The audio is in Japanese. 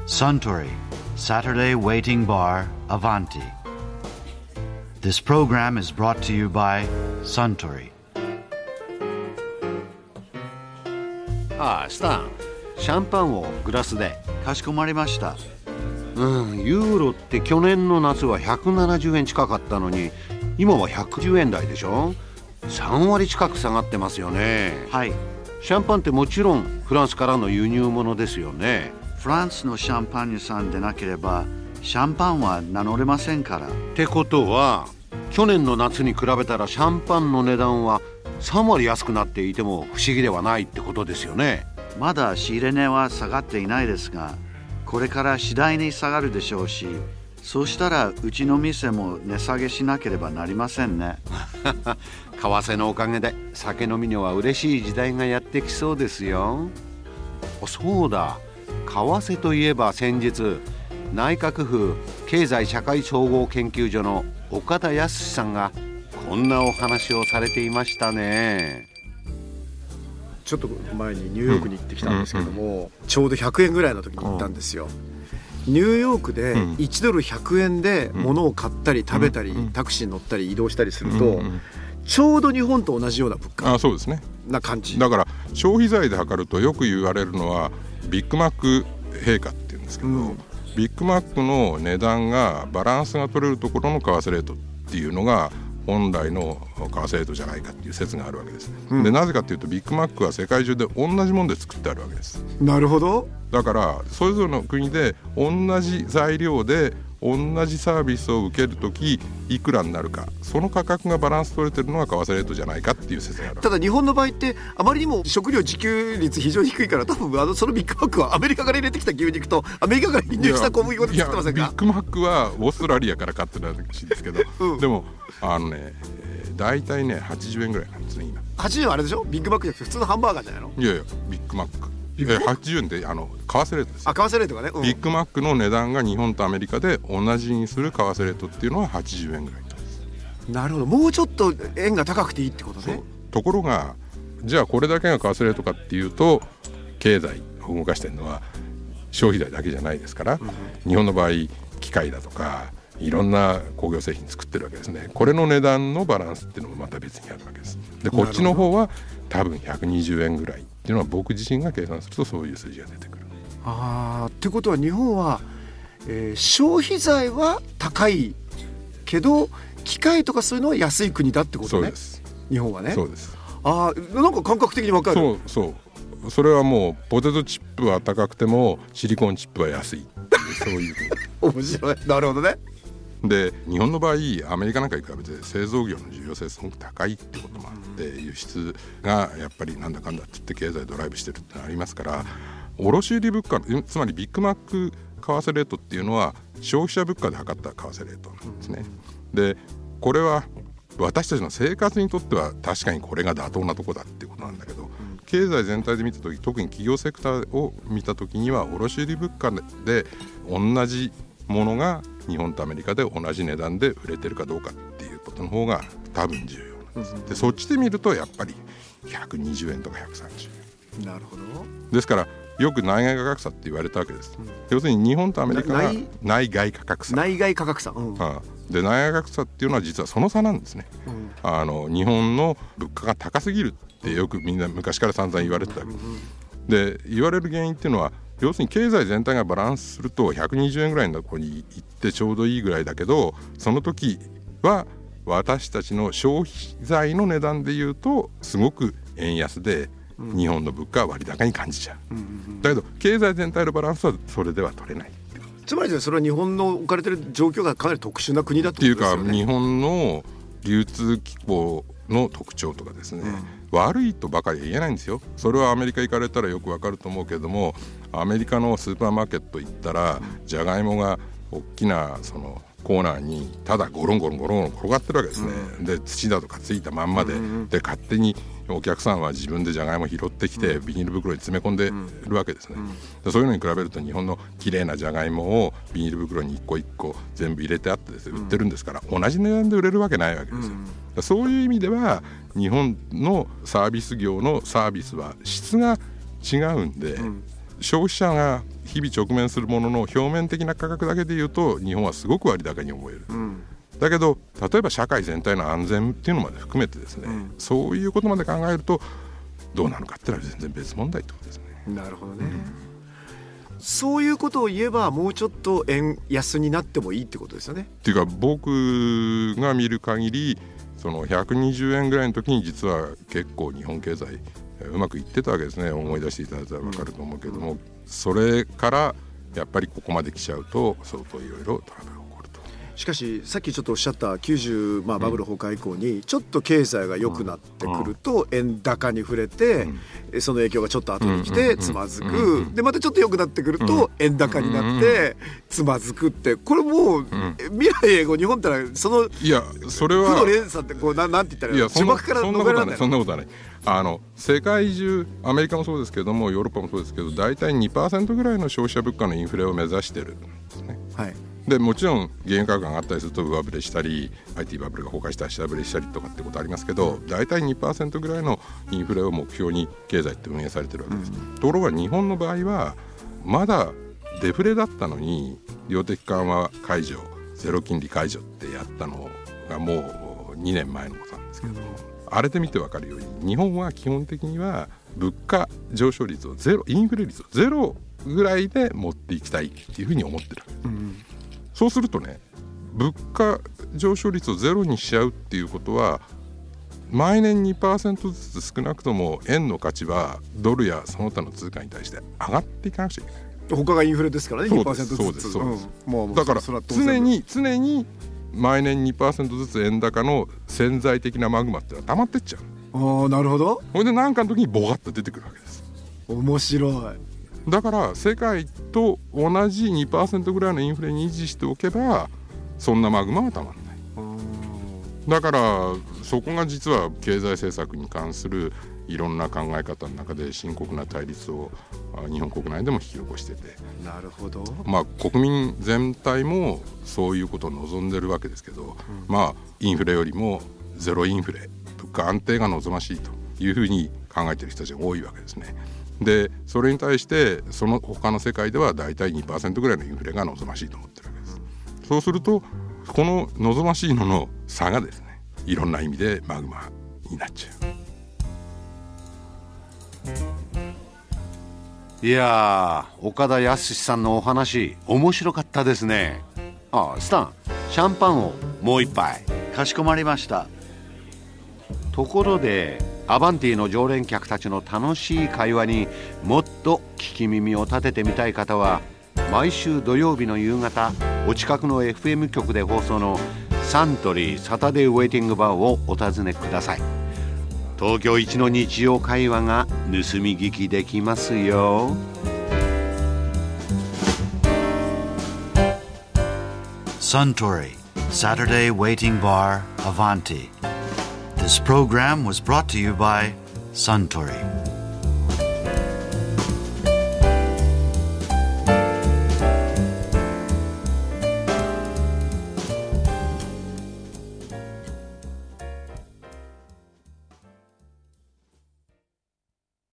Suntory Saturday Waiting Bar Avanti. This program is brought to you by Suntory. スタン、シャンパンをグラスで。 かしこまりました。 ユーロって去年の夏は170円近かったのに今は110円台でしょ。3割近く下がってますよね。 はい。 シャンパンってもちろんフランスからの輸入物ですよね。 フランスのシャンパン屋さんでなければシャンパンは名乗れませんから。 ってことは去年の夏に比べたらシャンパンの値段は3割安くなっていても不思議ではないってことですよね。 まだ仕入れ値は下がっていないですが、これから次第に下がるでしょうし、そうしたらうちの店も値下げしなければなりませんね。 為替のおかげで酒飲みには嬉しい時代がやってきそうですよ。そうだ、為替といえば先日内閣府経済社会総合研究所の岡田康さんがこんなお話をされていましたね。 ちょっと前にニューヨークに行ってきたんですけども、ちょうど100円ぐらいの時に行ったんですよ。ニューヨークで1ドル100円で物を買ったり食べたりタクシーに乗ったり移動したりするとちょうど日本と同じような物価そうですねな感じだから消費財で測るとよく言われるのはビッグマック陛下っていうんですけど、ビッグマックの値段がバランスが取れるところの為替レートっていうのが本来の為替レートじゃないかっていう説があるわけです、でなぜかっていうとビッグマックは世界中で同じもので作ってあるわけです。 なるほど。 だからそれぞれの国で同じ材料で同じサービスを受けるときいくらになるか、その価格がバランス取れてるのが為替レートじゃないかっていう説がある。 ただ日本の場合ってあまりにも食料自給率非常に低いから、多分そのビッグマックはアメリカから入れてきた牛肉とアメリカから輸入した小麦粉で作ってませんか。 ビッグマックはオーストラリアから買ってるらしいですけど、でもだいたいね80円ぐらいなんですね今。 80円はあれでしょ、ビッグマックじゃなくて普通のハンバーガーじゃないの。 いやいやビッグマック80円で為替レートです。 為替レートがね、 ビッグマックの値段が日本とアメリカで同じにする為替レートっていうのは80円ぐらいなんです。 なるほど、もうちょっと円が高くていいってことね。 ところがじゃあこれだけが為替レートかっていうと、経済を動かしてるのは消費財だけじゃないですから、日本の場合機械だとかいろんな工業製品作ってるわけですね。これの値段のバランスっていうのもまた別にあるわけです。でこっちの方は多分120円ぐらいっていうのは僕自身が計算するとそういう数字が出てくる。 ってことは日本は、消費財は高いけど機械とかそういうのは安い国だってことね。 そうです。 日本はね。 そうです。 なんか感覚的に分かる。 そうそれはもうポテトチップは高くてもシリコンチップは安いっていうそういう面白い。なるほどね。 で日本の場合アメリカなんかに比べて製造業の重要性すごく高いってこともあって、輸出がやっぱりなんだかんだって言って経済ドライブしてるってのありますから、卸売物価つまりビッグマック為替レートっていうのは消費者物価で測った為替レートなんですね。でこれは私たちの生活にとっては確かにこれが妥当なとこだっていうことなんだけど、経済全体で見たとき、特に企業セクターを見たときには卸売物価で同じものが日本とアメリカで同じ値段で売れてるかどうかっていうことの方が多分重要なんです。でそっちで見るとやっぱり120円とか130円。 なるほど。 ですからよく内外価格差って言われたわけです。要するに日本とアメリカが内外価格差。 内外価格差。 で内外価格差っていうのは実はその差なんですね。日本の物価が高すぎるってよくみんな昔から散々言われてたわけで、言われる原因っていうのは要するに経済全体がバランスすると120円ぐらいのところに行ってちょうどいいぐらいだけど、その時は私たちの消費財の値段でいうとすごく円安で日本の物価は割高に感じちゃう、だけど経済全体のバランスはそれでは取れない。 つまりそれは日本の置かれている状況がかなり特殊な国だってことですよね。 っていうか日本の流通機構の特徴とかですね、悪いとばかりは言えないんですよ。それはアメリカ行かれたらよくわかると思うけれども、アメリカのスーパーマーケット行ったらじゃがいもが大きなそのコーナーにただゴロンゴロンゴロン転がってるわけですね、で土だとかついたまんまで、で勝手にお客さんは自分でじゃがいも拾ってきてビニール袋に詰め込んでるわけですね、でそういうのに比べると日本のきれいなじゃがいもをビニール袋に一個一個全部入れてあってですね、売ってるんですから同じ値段で売れるわけないわけですよ、そういう意味では日本のサービス業のサービスは質が違うんで、消費者が日々直面するものの表面的な価格だけで言うと日本はすごく割高に思える、だけど例えば社会全体の安全っていうのまで含めてですね、そういうことまで考えるとどうなのかっていうのは全然別問題ってことですね。 なるほどね、そういうことを言えばもうちょっと円安になってもいいってことですよね。 っていうか僕が見る限りその120円ぐらいの時に実は結構日本経済うまくいってたわけですね。思い出していただいたら分かると思うけども、それからやっぱりここまで来ちゃうと相当いろいろトラブルが起こると。 しかしさっきちょっとおっしゃった90、バブル崩壊以降にちょっと経済が良くなってくると円高に触れて、その影響がちょっと後に来てつまずく、でまたちょっと良くなってくると円高になってつまずくって、これもう未来永劫日本ってのはそのいやそれは負の連鎖ってこうなんて言ったらいいの、呪縛から逃れられない。 そんなことはない。世界中アメリカもそうですけどもヨーロッパもそうですけど大体 2% ぐらいの消費者物価のインフレを目指してるんですね。 はい。 でもちろん原油価格が上がったりすると上振れしたり IT バブルが崩壊したり下振れしたりとかってことありますけど、大体 2% ぐらいのインフレを目標に経済って運営されてるわけです、ところが日本の場合はまだデフレだったのに量的緩和解除ゼロ金利解除ってやったのがもう2年前のことなんですけど、あれで見て分かるように日本は基本的には物価上昇率をゼロ、インフレ率をゼロぐらいで持っていきたいっていうふうに思ってる、そうするとね、物価上昇率をゼロにしちゃうっていうことは毎年 2% ずつ少なくとも円の価値はドルやその他の通貨に対して上がっていかなくちゃいけない。 他がインフレですからね。 2% ずつ。 そうですそうです、 もうだから常に毎年 2% ずつ円高の潜在的なマグマってのは溜まってっちゃう。 ああ、なるほど。 それで何かの時にボガッと出てくるわけです。 面白い。 だから世界と同じ 2% ぐらいのインフレに維持しておけばそんなマグマはたまらない。だからそこが実は経済政策に関するいろんな考え方の中で深刻な対立を日本国内でも引き起こしてて、 なるほど、 国民全体もそういうことを望んでるわけですけど、インフレよりもゼロインフレ、物価安定が望ましいというふうに考えている人たちが多いわけですね。でそれに対してその他の世界ではだいたい 2% ぐらいのインフレが望ましいと思ってるわけです、そうするとこの望ましいのの差がですね、いろんな意味でマグマになっちゃう。いやー、岡田康さんのお話面白かったですね。スタン、シャンパンをもう一杯。 かしこまりました。 ところでアバンティの常連客たちの楽しい会話にもっと聞き耳を立ててみたい方は毎週土曜日の夕方お近くの FM 局で放送のサントリーサタデーウェイティングバーをお尋ねください。東京一の日常会話が盗み聞きできますよ。 Suntory Saturday Waiting Bar Avanti. This program was brought to you by Suntory.